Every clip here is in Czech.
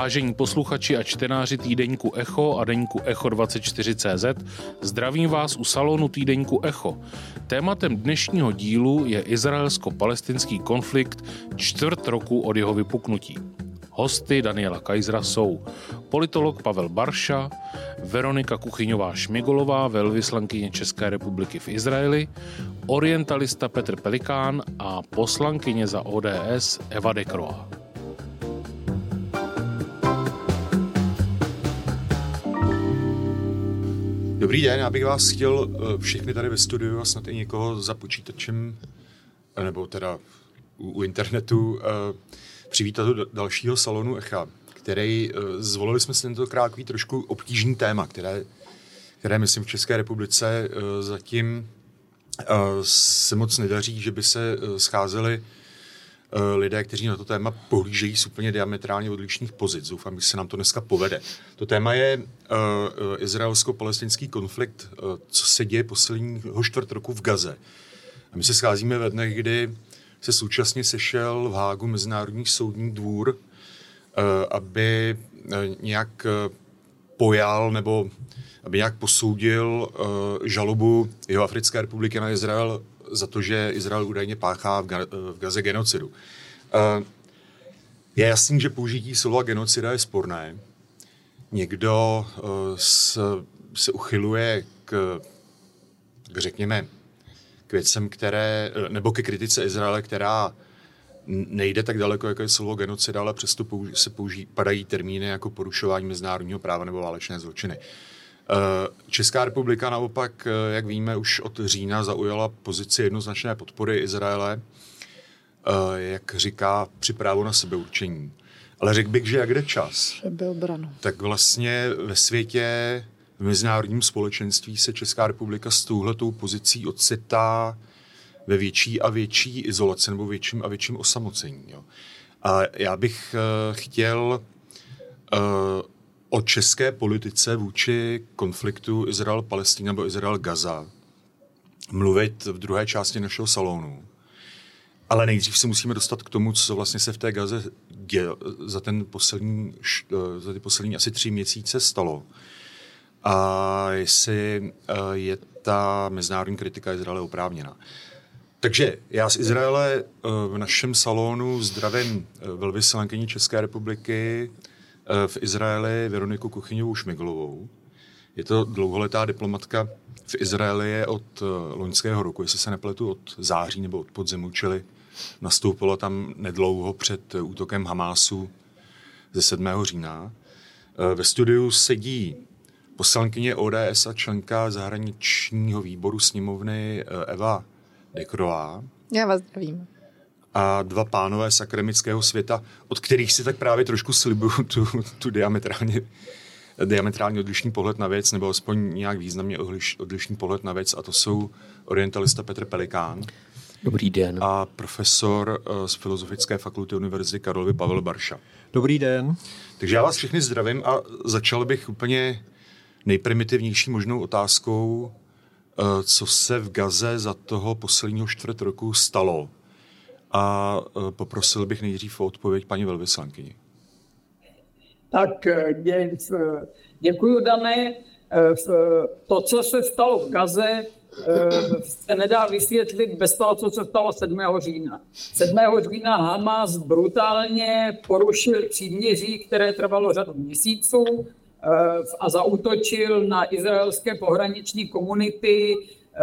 Vážení posluchači a čtenáři týdeníku Echo a deníku Echo24.cz, zdravím vás u salonu týdeníku Echo. Tématem dnešního dílu je izraelsko-palestinský konflikt čtvrt roku od jeho vypuknutí. Hosty Daniela Kajzra jsou politolog Pavel Barša, Veronika Kuchyňová-Šmigolová, velvyslankyně České republiky v Izraeli, orientalista Petr Pelikán a poslankyně za ODS Eva Dekroa. Dobrý den, já bych vás chtěl všechny tady ve studiu a snad i někoho za počítačem, nebo teda u internetu, přivítat do dalšího salonu Echa, který zvolili jsme si tentokrát takový trošku obtížný téma, které myslím v České republice zatím se moc nedaří, že by se scházeli lidé, kteří na to téma pohlížejí z úplně diametrálně odlišných pozic. Doufám, že se nám to dneska povede. To téma je izraelsko-palestinský konflikt, co se děje posledního čtvrt roku v Gaze. A my se scházíme ve dnech, kdy se současně sešel v Hágu Mezinárodní soudní dvůr, aby nějak pojal nebo aby nějak posoudil žalobu Jihoafrické republiky na Izrael za to, že Izrael údajně páchá v Gaze genocidu. Je jasný, že použití slova genocida je sporné. Někdo se uchyluje k řekněme, k věcem, nebo ke kritice Izraele, která nejde tak daleko, jako je slovo genocida, ale přesto padají termíny jako porušování mezinárodního práva nebo válečné zločiny. Česká republika naopak, jak víme, už od října zaujala pozici jednoznačné podpory Izraele, jak říká, při právu na sebeurčení. Ale řekl bych, že jak jde čas, tak vlastně ve světě, v mezinárodním společenství se Česká republika s touhletou pozicí ocitá ve větší a větší izolaci nebo větším a větším osamocení. Jo. A já bych chtěl o české politice vůči konfliktu Izrael-Palestina nebo Izrael-Gaza mluvit v druhé části našeho salonu. Ale nejdřív se musíme dostat k tomu, co vlastně se v té Gaze za ty poslední asi 3 měsíce stalo. A jestli je ta mezinárodní kritika Izraele oprávněná. Takže já z Izraele v našem salonu zdravím velvyslankyni České republiky v Izraeli Veroniku Kuchyňovou-Šmigolovou. Je to dlouholetá diplomatka v Izraeli od loňského roku, jestli se nepletu, od září nebo od podzimu, čili nastoupila tam nedlouho před útokem Hamásu ze 7. října. Ve studiu sedí poslankyně ODS a členka zahraničního výboru sněmovny Eva Dekroa. Já vás zdravím. A 2 pánové z akademického světa, od kterých si tak právě trošku slibuju tu diametrálně odlišný pohled na věc, nebo aspoň nějak významně odlišný pohled na věc, a to jsou orientalista Petr Pelikán. Dobrý den. A profesor z Filozofické fakulty Univerzity Karlovy Pavel Barša. Dobrý den. Takže já vás všechny zdravím a začal bych úplně nejprimitivnější možnou otázkou, co se v Gaze za toho posledního čtvrt roku stalo. A poprosil bych nejdřív o odpověď paní velvyslankyni. Tak děkuji, Dané. To, co se stalo v Gaze, se nedá vysvětlit bez toho, co se stalo 7. října. 7. října Hamas brutálně porušil příměří, které trvalo řadu měsíců, a zaútočil na izraelské pohraniční komunity,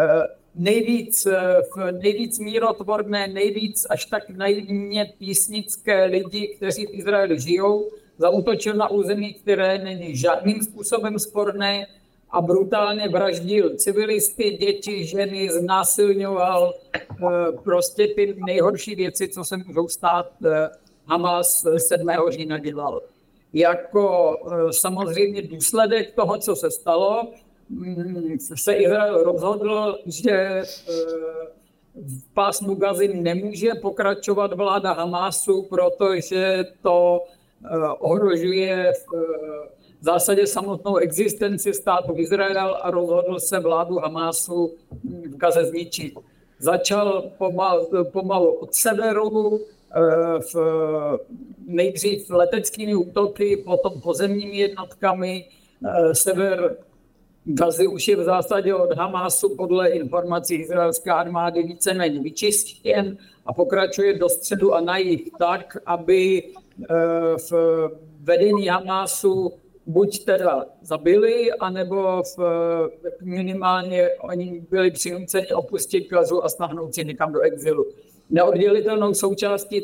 nejvíc mírotvorné, nejvíc až tak naivně písnické lidi, kteří v Izraeli žijou. Zaútočil na území, které není žádným způsobem sporné, a brutálně vraždil civilisty, děti, ženy, znásilňoval prostě ty nejhorší věci, co se můžou stát, Hamas 7. října dělal. Jako samozřejmě důsledek toho, co se stalo, se Izrael rozhodl, že v pásmu Gazy nemůže pokračovat vláda Hamásu, protože to ohrožuje v zásadě samotnou existenci státu Izrael, a rozhodl se vládu Hamásu v Gaze zničit. Začal pomalu od severu, nejdřív leteckými útoky, potom pozemními jednotkami. Sever Gazy už je v zásadě od Hamásu podle informací izraelské armády víceméně vyčištěn a pokračuje do středu a na jih tak, aby v vedení Hamásu buď teda zabili, anebo minimálně oni byli přinuceni opustit Gazu a stáhnout si někam do exilu. Neoddělitelnou součástí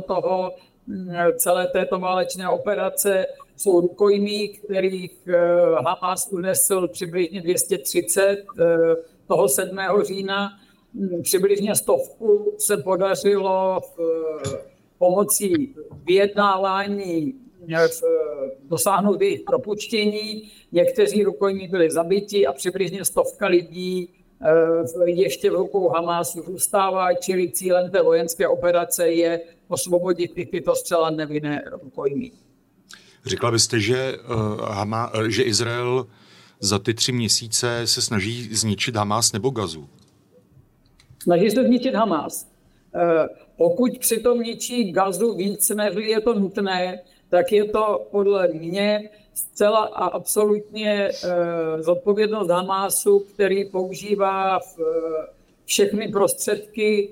celé této válečné operace jsou rukojmí, kterých Hamas unesl přibližně 230 toho 7. října. Přibližně 100 se podařilo pomocí vyjednávání dosáhnout jejich propuštění. Někteří rukojmí byli zabiti a přibližně 100 lidí ještě v rukou Hamásu zůstává, čili cílem té vojenské operace je osvobodit tyto zcela nevinné rukojmí. Řekla byste, že Izrael za ty 3 měsíce se snaží zničit Hamás nebo Gazu? Snaží se zničit Hamás. Pokud přitom ničí Gazu víc, než je to nutné, tak je to podle mě zcela a absolutně zodpovědnost Hamásu, který používá všechny prostředky,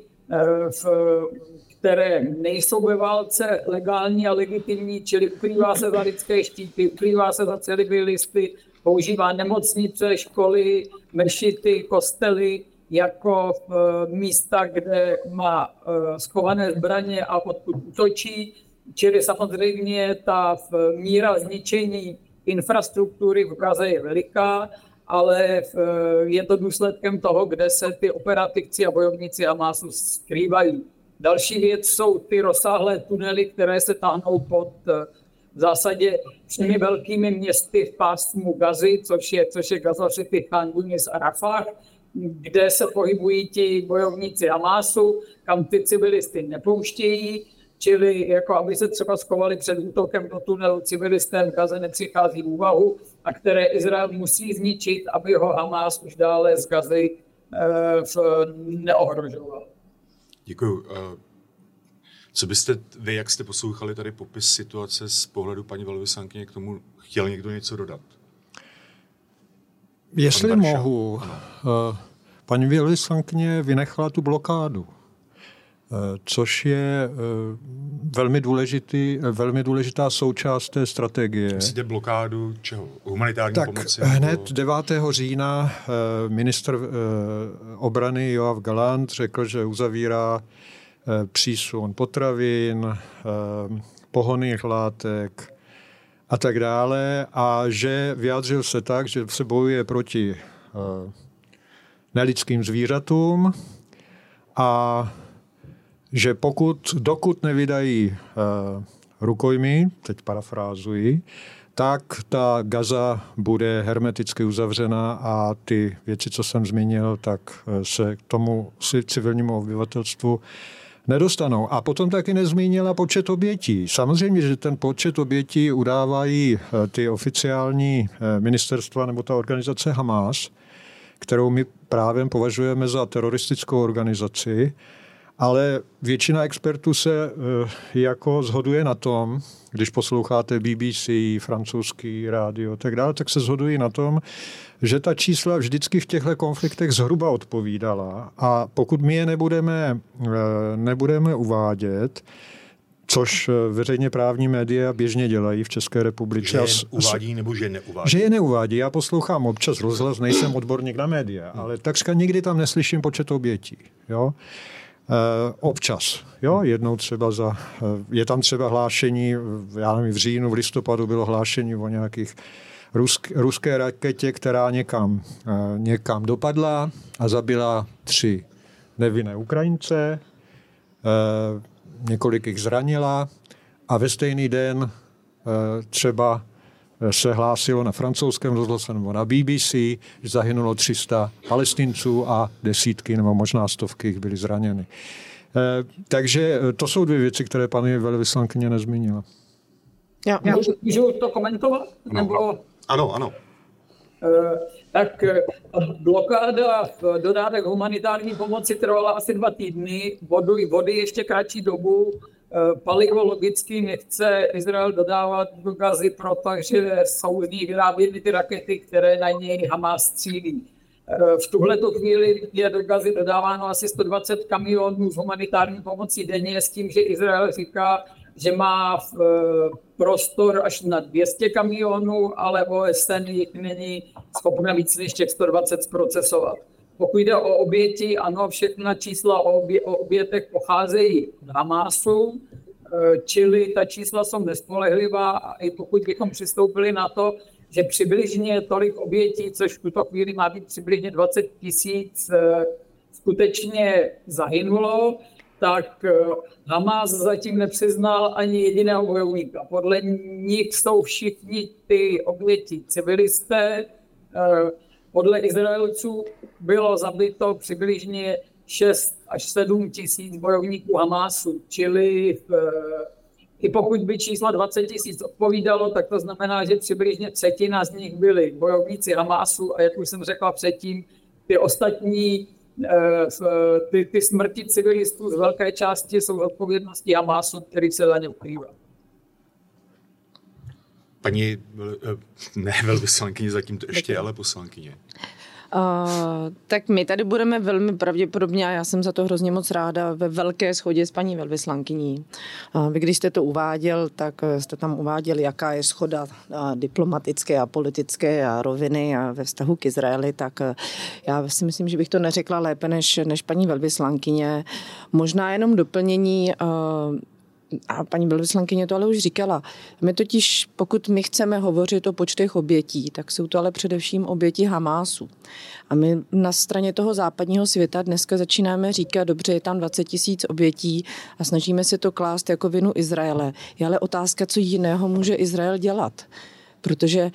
které nejsou ve válce legální a legitimní, čili ukrývá se za lidské štíty, ukrývá se za civilisty, používá nemocnice, školy, mešity, kostely jako místa, kde má schované zbraně a odkud útočí. Čili samozřejmě ta míra zničení infrastruktury v Gaze je veliká, ale je to důsledkem toho, kde se ty operativci a bojovníci Hamásu skrývají. Další věc jsou ty rozsáhlé tunely, které se táhnou pod v zásadě všemi velkými městy v pásmu Gazy, což je Gaza City, Khan Yunis a Rafah, kde se pohybují ti bojovníci Hamásu, kam ty civilisty nepouštějí, čili jako aby se třeba schovali před útokem do tunelu, civilisté v Gaze nepřichází v úvahu a které Izrael musí zničit, aby ho Hamás už dále z Gazy neohrožoval. Děkuju. Co byste vy, jak jste poslouchali tady popis situace z pohledu paní velvyslankyně, k tomu chtěl někdo něco dodat? Jestli mohu, paní velvyslankyně vynechala tu blokádu, což je velmi důležitá součást té strategie. Myslíte blokádu čeho? Humanitární pomoci? Tak hned 9. října ministr obrany Yoav Gallant řekl, že uzavírá přísun potravin, pohonných látek a tak dále a že vyjádřil se tak, že se bojuje proti nelidským zvířatům a že dokud nevydají rukojmí, teď parafrázuji, tak ta Gaza bude hermeticky uzavřena a ty věci, co jsem zmínil, tak se k tomu civilnímu obyvatelstvu nedostanou. A potom taky nezmínila počet obětí. Samozřejmě, že ten počet obětí udávají ty oficiální ministerstva nebo ta organizace Hamas, kterou my právě považujeme za teroristickou organizaci, ale většina expertů se jako shoduje na tom, když posloucháte BBC, francouzský rádio a tak dále, tak se shodují na tom, že ta čísla vždycky v těchto konfliktech zhruba odpovídala a pokud my je nebudeme uvádět, což veřejně právní média běžně dělají v České republice. Že je uvádí nebo že neuvádí? Že je neuvádí. Já poslouchám občas rozhlas, nejsem odborník na média, ale takřka nikdy tam neslyším počet obětí. Jo? Občas. Jo? Jednou třeba je tam třeba hlášení, já nevím, v říjnu, v listopadu bylo hlášení o nějakých ruské raketě, která někam dopadla a zabila 3 nevinné Ukrajince, několik jich zranila a ve stejný den třeba se hlásilo na francouzském rozhlase nebo na BBC, že zahynulo 300 Palestinců a desítky nebo možná stovky jich byly zraněny. Takže to jsou 2 věci, které paní velvyslankyně nezmínila. Já můžu to komentovat? Nebo... Ano. Tak blokáda dodávek humanitární pomoci trvala asi 2 týdny, vody ještě kratší dobu. Palivo logicky nechce Izrael dodávat do Gazy, protože jsou z ní vyráběny ty rakety, které na něj Hamas střílí. V tuhleto chvíli je do Gazy dodáváno asi 120 kamionů s humanitární pomocí denně s tím, že Izrael říká, že má prostor až na 200 kamionů, ale OSN jich není schopna víc než těch 120 zprocesovat. Pokud jde o oběti, ano, všechna čísla o obětech pocházejí od Hamásu, čili ta čísla jsou nespolehlivá a i pokud bychom přistoupili na to, že přibližně tolik obětí, což v tuto chvíli má být přibližně 20 000, skutečně zahynulo, tak Hamas zatím nepřiznal ani jediného bojovníka. Podle nich jsou všichni ty oběti civilisté. Podle Izraelců bylo zabito přibližně 6 až 7 tisíc bojovníků Hamasu, čili i pokud by čísla 20 000 odpovídalo, tak to znamená, že přibližně třetina z nich byli bojovníci Hamasu a jak už jsem řekla předtím, ty ostatní ty smrti civilistů z velké části jsou odpovědnosti Hamasu, který se za ně ukrývá. Paní, ne velvyslankyně zatím to ještě, ale poslankyně. Tak my tady budeme velmi pravděpodobně, a já jsem za to hrozně moc ráda, ve velké shodě s paní velvyslankyní. Vy, když jste to uváděl, tak jste tam uváděl, jaká je shoda diplomatické a politické a roviny a ve vztahu k Izraeli, tak já si myslím, že bych to neřekla lépe než paní velvyslankyně. Možná jenom doplnění. A paní velvyslankyně to ale už říkala. My totiž, pokud my chceme hovořit o počtech obětí, tak jsou to ale především oběti Hamásu. A my na straně toho západního světa dneska začínáme říkat, dobře, je tam 20 000 obětí a snažíme se to klást jako vinu Izraele. Je ale otázka, co jiného může Izrael dělat. Protože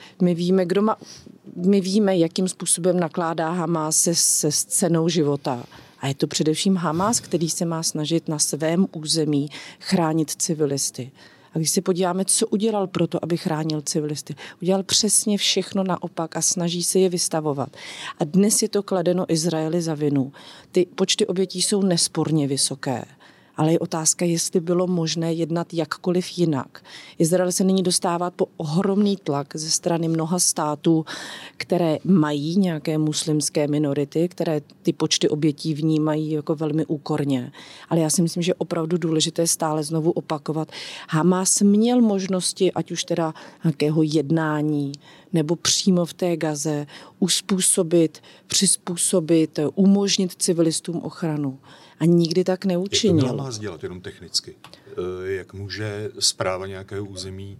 my víme, jakým způsobem nakládá Hamás se cenou života. A je to především Hamas, který se má snažit na svém území chránit civilisty. A když se podíváme, co udělal pro to, aby chránil civilisty, udělal přesně všechno naopak a snaží se je vystavovat. A dnes je to kladeno Izraeli za vinu. Ty počty obětí jsou nesporně vysoké. Ale je otázka, jestli bylo možné jednat jakkoliv jinak. Izrael se nyní dostává po ohromný tlak ze strany mnoha států, které mají nějaké muslimské minority, které ty počty obětí vnímají jako velmi úkorně. Ale já si myslím, že je opravdu důležité stále znovu opakovat. Hamas měl možnosti, ať už teda nějakého jednání, nebo přímo v té Gaze přizpůsobit, umožnit civilistům ochranu. A nikdy tak neučinil. Jak to má dělat jenom technicky? Jak může správa nějakého území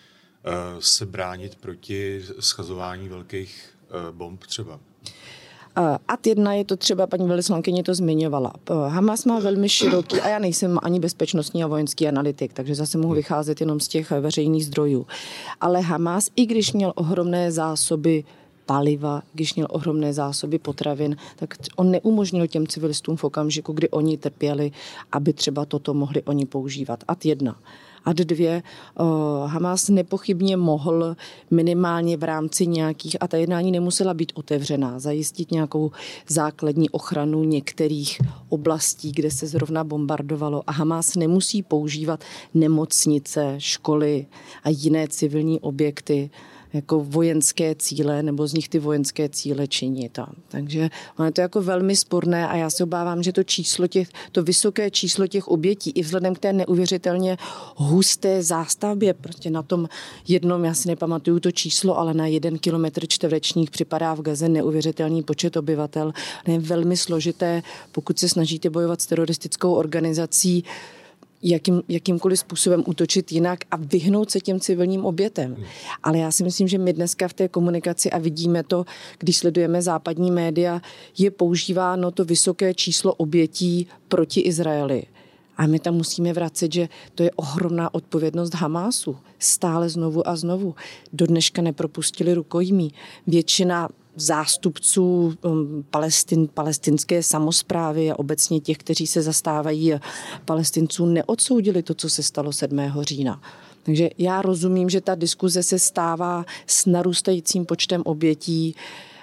se bránit proti schazování velkých bomb třeba? Ad 1 je to třeba, paní velvyslankyně to zmiňovala. Hamas má velmi široký, a já nejsem ani bezpečnostní a vojenský analytik, takže zase mohu vycházet jenom z těch veřejných zdrojů. Ale Hamas, i když měl ohromné zásoby paliva, když měl ohromné zásoby potravin, tak on neumožnil těm civilistům v okamžiku, kdy oni trpěli, aby třeba toto mohli oni používat. Ad 1. Ad 2. Hamas nepochybně mohl minimálně v rámci nějakých, a ta jednání nemusela být otevřená, zajistit nějakou základní ochranu některých oblastí, kde se zrovna bombardovalo. A Hamas nemusí používat nemocnice, školy a jiné civilní objekty jako vojenské cíle, nebo z nich ty vojenské cíle činit. Takže ono je to jako velmi sporné a já se obávám, že to vysoké číslo těch obětí i vzhledem k té neuvěřitelně husté zástavbě, prostě na tom jednom, já si nepamatuju to číslo, ale na 1 kilometr čtverečních připadá v Gaze neuvěřitelný počet obyvatel. Je velmi složité, pokud se snažíte bojovat s teroristickou organizací, jakýmkoliv způsobem útočit jinak a vyhnout se těm civilním obětem. Ale já si myslím, že my dneska v té komunikaci, a vidíme to, když sledujeme západní média, je používáno to vysoké číslo obětí proti Izraeli. A my tam musíme vracet, že to je ohromná odpovědnost Hamásu. Stále znovu a znovu. Do dneška nepropustili rukojmí. Většina zástupců palestinské samosprávy a obecně těch, kteří se zastávají Palestinců, neodsoudili to, co se stalo 7. října. Takže já rozumím, že ta diskuze se stává s narůstajícím počtem obětí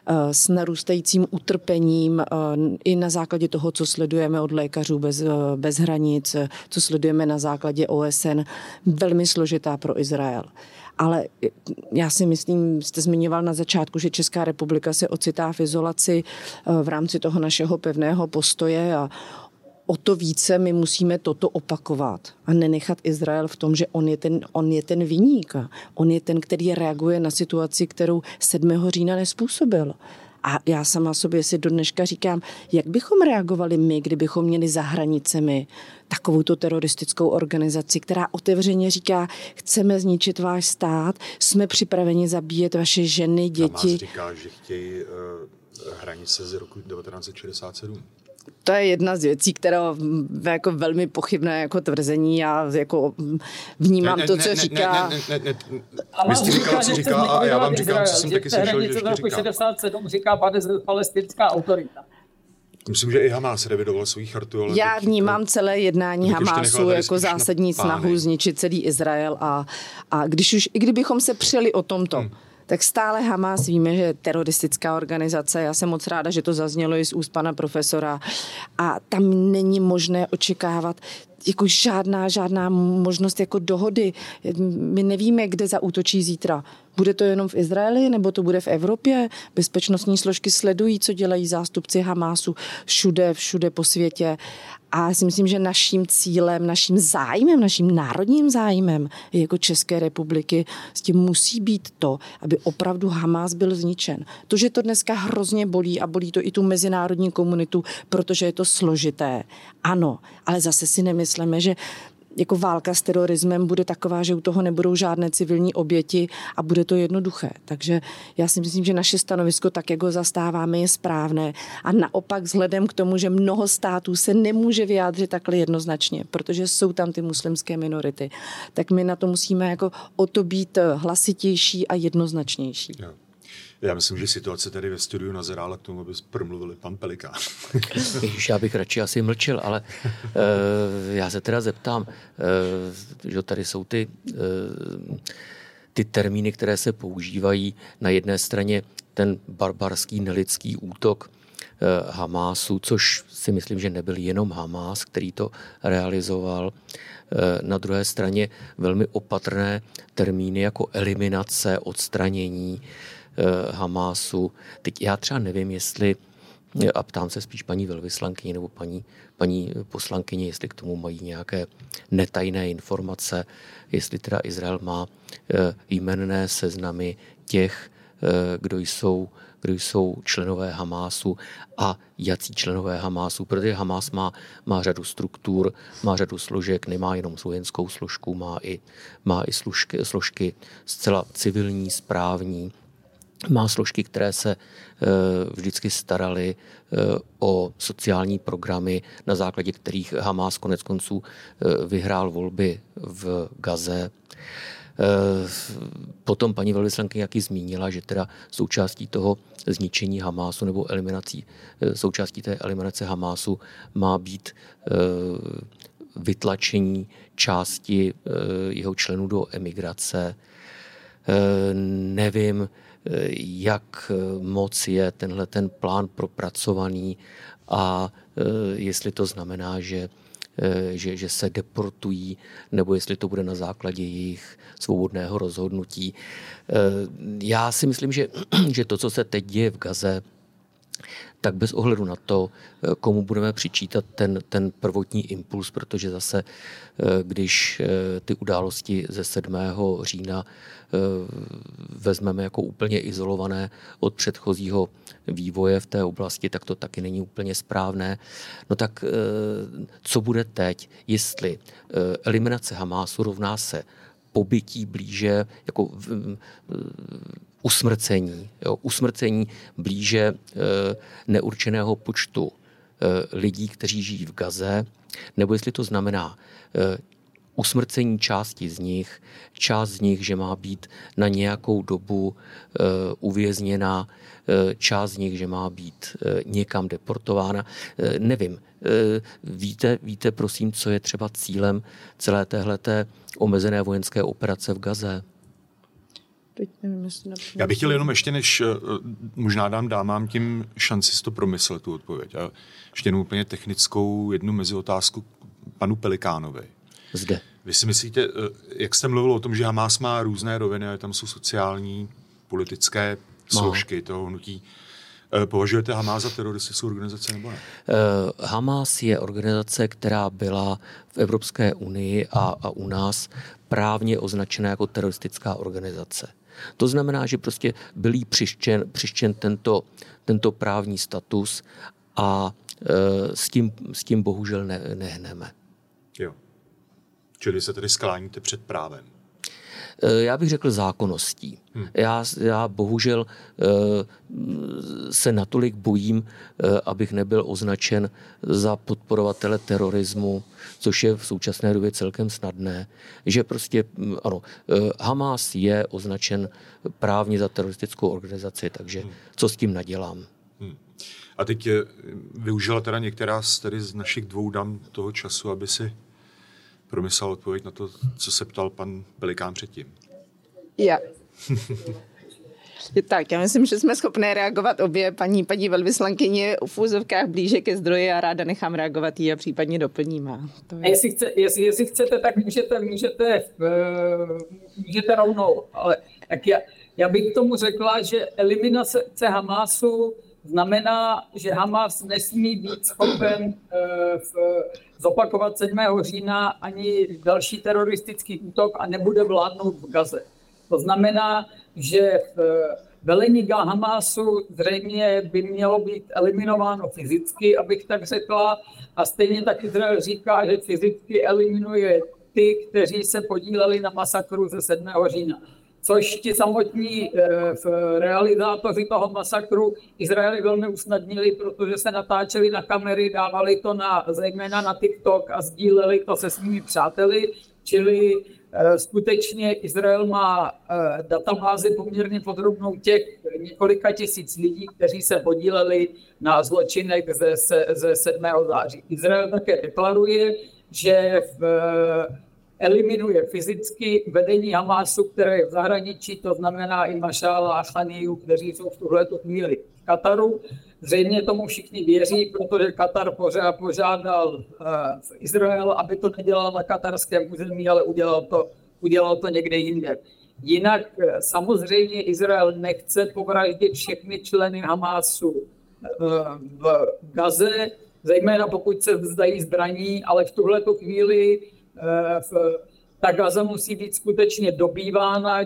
s narůstajícím utrpením i na základě toho, co sledujeme od lékařů bez hranic, co sledujeme na základě OSN, velmi složitá pro Izrael. Ale já si myslím, jste zmiňoval na začátku, že Česká republika se ocitá v izolaci v rámci toho našeho pevného postoje a o to více my musíme toto opakovat a nenechat Izrael v tom, že on je ten viník. On je ten, který reaguje na situaci, kterou 7. října nezpůsobil. A já sama sobě si do dneška říkám, jak bychom reagovali my, kdybychom měli za hranicemi takovouto teroristickou organizaci, která otevřeně říká, chceme zničit váš stát, jsme připraveni zabíjet vaše ženy, děti. Hamas říká, že chtějí hranice z roku 1967. To je jedna z věcí, která je jako velmi pochybné jako tvrzení. Já jako vnímám to, co říká. Vy jste říkala, co říká a já vám říkám, co jsem taky slyšel, že ještě říká. 67 říká palestinská autorita. Myslím, že i Hamas revidoval svou chartu. Ale já vnímám celé jednání Hamasu jako zásadní snahu zničit celý Izrael a i kdybychom se přeli o tomto, tak stále Hamas víme, že je teroristická organizace. Já jsem moc ráda, že to zaznělo i z úst pana profesora. A tam není možné očekávat jako žádná možnost jako dohody. My nevíme, kde zaútočí zítra. Bude to jenom v Izraeli, nebo to bude v Evropě? Bezpečnostní složky sledují, co dělají zástupci Hamásu všude po světě. A já si myslím, že naším cílem, naším zájmem, naším národním zájmem jako České republiky s tím musí být to, aby opravdu Hamás byl zničen. To, že to dneska hrozně bolí a bolí to i tu mezinárodní komunitu, protože je to složité. Ano, ale zase si nemyslíme, že jako válka s terorismem bude taková, že u toho nebudou žádné civilní oběti a bude to jednoduché. Takže já si myslím, že naše stanovisko, tak jak ho zastáváme, je správné. A naopak vzhledem k tomu, že mnoho států se nemůže vyjádřit takhle jednoznačně, protože jsou tam ty muslimské minority, tak my na to musíme jako o to být hlasitější a jednoznačnější. Jo. Já myslím, že situace tady ve studiu nazerála k tomu, aby promluvili pan Pelikán. Ježiš, já bych radši asi mlčel, ale já se teda zeptám, že tady jsou ty termíny, které se používají na jedné straně ten barbarský nelidský útok Hamásu, což si myslím, že nebyl jenom Hamás, který to realizoval. Na druhé straně velmi opatrné termíny jako eliminace, odstranění Hamásu. Teď já třeba nevím, jestli, a ptám se spíš paní velvyslankyni nebo paní poslankyni, jestli k tomu mají nějaké netajné informace, jestli teda Izrael má jmenné seznamy těch, kdo jsou členové Hamásu a jací členové Hamásu, protože Hamás má řadu struktur, má řadu složek, nemá jenom vojenskou složku, má i složky zcela civilní, správní, má složky, které se vždycky staraly o sociální programy, na základě kterých Hamás konec konců vyhrál volby v Gaze. Potom paní velvyslankyně jaký zmínila, že teda součástí toho zničení Hamásu nebo součástí té eliminace Hamásu má být vytlačení části jeho členů do emigrace. Nevím, jak moc je tenhle ten plán propracovaný a jestli to znamená, že se deportují, nebo jestli to bude na základě jejich svobodného rozhodnutí. Já si myslím, že to, co se teď děje v Gaze, tak bez ohledu na to, komu budeme přičítat ten prvotní impuls, protože zase, když ty události ze 7. října vezmeme jako úplně izolované od předchozího vývoje v té oblasti, tak to taky není úplně správné. No tak co bude teď, jestli eliminace Hamásu rovná se pobytí blíže, jako usmrcení blíže neurčeného počtu lidí, kteří žijí v Gaze, nebo jestli to znamená usmrcení část z nich, že má být na nějakou dobu uvězněna, část z nich, že má být někam deportována. Nevím. Víte, prosím, co je třeba cílem celé téhleté omezené vojenské operace v Gaze? Teď nevím, jestli Já bych chtěl jenom ještě, než možná dám dámám tím šanci si to promyslet, tu odpověď. A ještě jenom úplně technickou jednu meziotázku panu Pelikánovi. Zde. Vy si myslíte, jak jste mluvil o tom, že Hamás má různé roviny, tam jsou sociální, politické složky toho hnutí. Považujete Hamás za teroristickou organizaci nebo ne? Hamás je organizace, která byla v Evropské unii a u nás právně označena jako teroristická organizace. To znamená, že prostě byl jí přištěn tento právní status a s tím bohužel nehneme. Jo. Čili se tedy skláníte před právem. Já bych řekl zákonností. Já bohužel se natolik bojím, abych nebyl označen za podporovatele terorismu, což je v současné době celkem snadné, že prostě ano, Hamás je označen právně za teroristickou organizaci, takže co s tím nadělám? A teď využila teda některá z našich dvou dam toho času, aby si promyslel odpověď na to, co se ptal pan Pelikán předtím. Já. Tak, já myslím, že jsme schopné reagovat obě. Paní velvyslankyně v úzovkách blíže ke zdroji a ráda nechám reagovat jí a případně doplním. A jestli chcete, tak můžete rovnou. Ale tak já bych tomu řekla, že eliminace Hamásu znamená, že Hamás nesmí být schopen zopakovat 7. října ani další teroristický útok a nebude vládnout v Gaze. To znamená, že velení Hamásu zřejmě by mělo být eliminováno fyzicky, abych tak řekla, a stejně tak Izrael říká, že fyzicky eliminuje ty, kteří se podíleli na masakru ze 7. října. Což ti samotní realizátoři toho masakru Izraeli velmi usnadnili, protože se natáčeli na kamery, dávali to zejména na TikTok a sdíleli to se svými přáteli, čili skutečně Izrael má databázi poměrně podrobnou těch několika tisíc lidí, kteří se podíleli na zločinech ze 7. září. Izrael také deklaruje, že eliminuje fyzicky vedení Hamásu, které je v zahraničí, to znamená i Mašála a Chaniju, kteří jsou v tuhletu chvíli v Kataru. Zřejmě tomu všichni věří, protože Katar požádal v Izrael, aby to nedělal na katarském území, ale udělal to někde jinde. Jinak samozřejmě Izrael nechce povraždit všechny členy Hamásu v Gaze, zejména pokud se vzdají zbraní, ale v tuhletu chvíli ta Gaza musí být skutečně dobývána,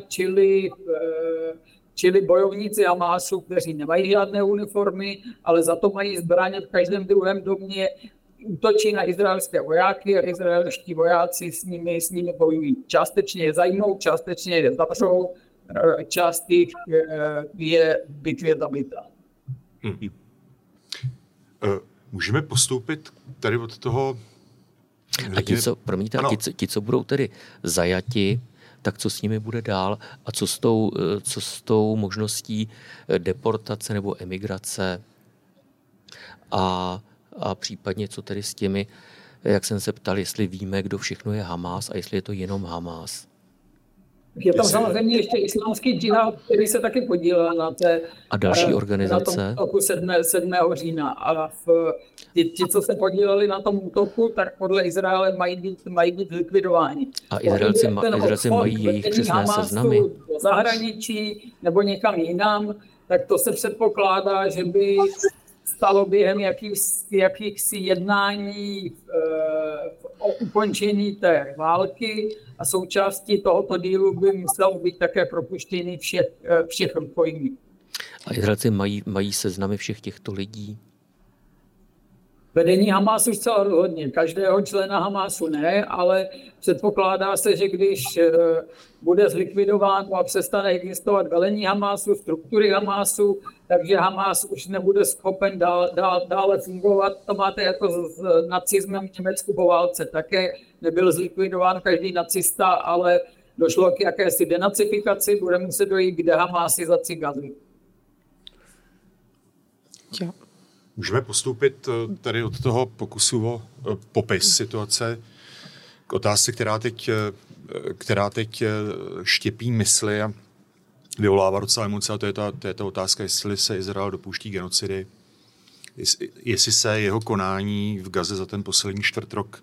čili bojovníci Hamásu, kteří nemají žádné uniformy, ale za to mají zbraně v každém druhém domě, útočí na izraelské vojáky a izraelští vojáci s nimi bojují. Částečně je zajmou, částečně je zavřou, část je bitvě zabita. Můžeme postoupit tady od toho. A ti, co budou tedy zajati, tak co s nimi bude dál a co s tou možností deportace nebo emigrace a případně co tedy s těmi, jak jsem se ptal, jestli víme, kdo všechno je Hamás a jestli je to jenom Hamás. Je tam samozřejmě ještě islámský džihad, který se taky podílel na té a další organizace. Na tom útoku 7. října. A ti, co se podíleli na tom útoku, tak podle Izraele mají být likvidováni. A Izraelci mají jejich přesné seznamy. Do zahraničí nebo někam jinam, tak to se předpokládá, že by stalo během jakýchsi jednání o ukončení té války a součástí tohoto dílu by muselo být také propuštění všech rukojmí. A Izraelci mají seznamy všech těchto lidí? Vedení Hamásu zcela rozhodně. Každého člena Hamásu ne, ale předpokládá se, že když bude zlikvidováno a přestane existovat velení Hamásu, struktury Hamásu, takže Hamás už nebude schopen dále fungovat. To máte jako s nacismem v Německu po válce. Také nebyl zlikvidován každý nacista, ale došlo k jakési denacifikaci, bude muset dojít k dehamásizaci Gazy. Jo. Můžeme postoupit tady od toho pokusu o popis situace k otázce, která teď štěpí mysli a vyvolává docela emoce, a to je ta otázka, jestli se Izrael dopouští genocidy, jestli se jeho konání v Gaze za ten poslední čtvrt rok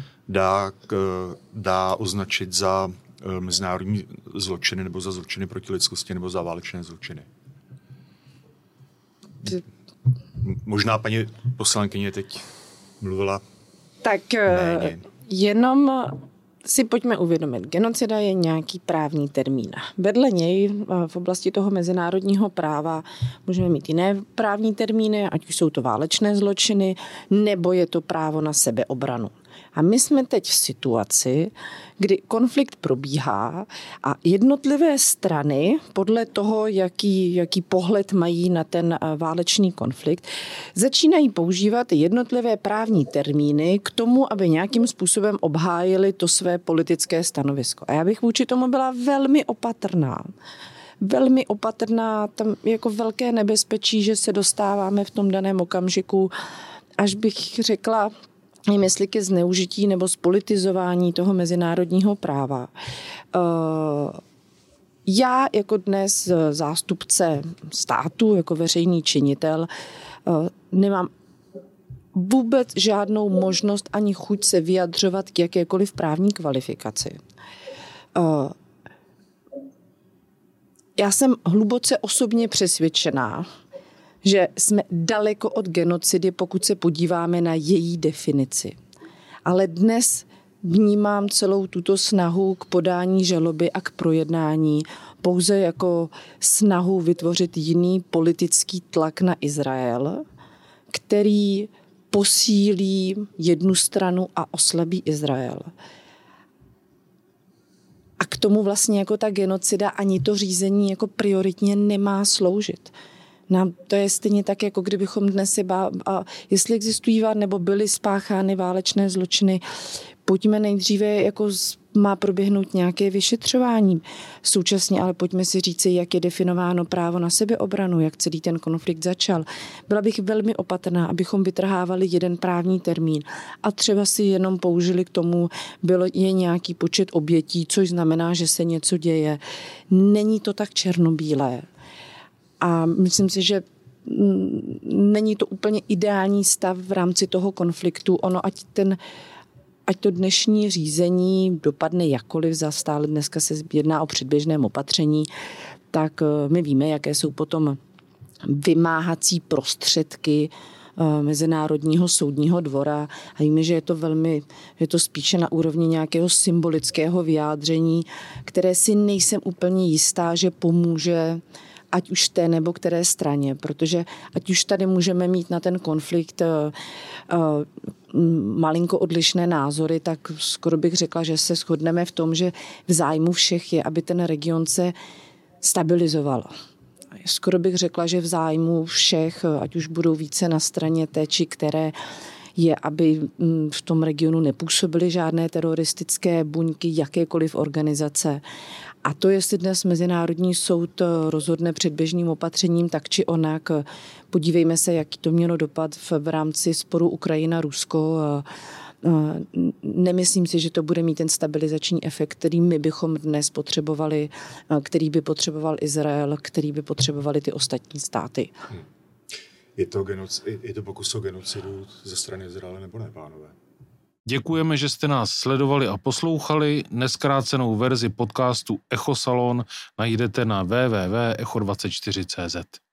dá označit za mezinárodní zločiny nebo za zločiny proti lidskosti nebo za válečné zločiny. Možná paní poslankyně teď mluvila tak méně. Jenom si pojďme uvědomit, genocida je nějaký právní termín. Vedle něj v oblasti toho mezinárodního práva můžeme mít jiné právní termíny, ať už jsou to válečné zločiny, nebo je to právo na sebeobranu. A my jsme teď v situaci, kdy konflikt probíhá a jednotlivé strany, podle toho, jaký pohled mají na ten válečný konflikt, začínají používat jednotlivé právní termíny k tomu, aby nějakým způsobem obhájili to své politické stanovisko. A já bych vůči tomu byla velmi opatrná. Velmi opatrná, tam jako velké nebezpečí, že se dostáváme v tom daném okamžiku, až bych řekla, jestli ke zneužití nebo zpolitizování toho mezinárodního práva. Já jako dnes zástupce státu, jako veřejný činitel, nemám vůbec žádnou možnost ani chuť se vyjadřovat k jakékoliv právní kvalifikaci. Já jsem hluboce osobně přesvědčená, že jsme daleko od genocidy, pokud se podíváme na její definici. Ale dnes vnímám celou tuto snahu k podání žaloby a k projednání pouze jako snahu vytvořit jiný politický tlak na Izrael, který posílí jednu stranu a oslabí Izrael. A k tomu vlastně jako ta genocida ani to řízení jako prioritně nemá sloužit. Nám to je stejně tak, jako kdybychom dnes jestli existují nebo byly spáchány válečné zločiny, pojďme nejdříve, jako má proběhnout nějaké vyšetřování. Současně ale pojďme si říci, jak je definováno právo na sebeobranu, jak celý ten konflikt začal. Byla bych velmi opatrná, abychom vytrhávali jeden právní termín a třeba si jenom použili k tomu, je nějaký počet obětí, což znamená, že se něco děje. Není to tak černobílé. A myslím si, že není to úplně ideální stav v rámci toho konfliktu. Ono, ať to dnešní řízení dopadne jakkoliv, stále dneska se jedná o předběžném opatření, tak my víme, jaké jsou potom vymáhací prostředky Mezinárodního soudního dvora a víme, že je to spíše na úrovni nějakého symbolického vyjádření, které si nejsem úplně jistá, že pomůže ať už té nebo které straně, protože ať už tady můžeme mít na ten konflikt malinko odlišné názory, tak skoro bych řekla, že se shodneme v tom, že v zájmu všech je, aby ten region se stabilizoval. Skoro bych řekla, že v zájmu všech, ať už budou více na straně té či které, je, aby v tom regionu nepůsobily žádné teroristické buňky, jakékoliv organizace. A to, jestli dnes Mezinárodní soud rozhodne předběžným opatřením tak či onak, podívejme se, jaký to mělo dopad v rámci sporu Ukrajina-Rusko. Nemyslím si, že to bude mít ten stabilizační efekt, který my bychom dnes potřebovali, který by potřeboval Izrael, který by potřebovali ty ostatní státy. Je to pokus o genocidu ze strany Izraele nebo ne, pánové? Děkujeme, že jste nás sledovali a poslouchali. Nezkrácenou verzi podcastu Echo Salon najdete na www.echo24.cz.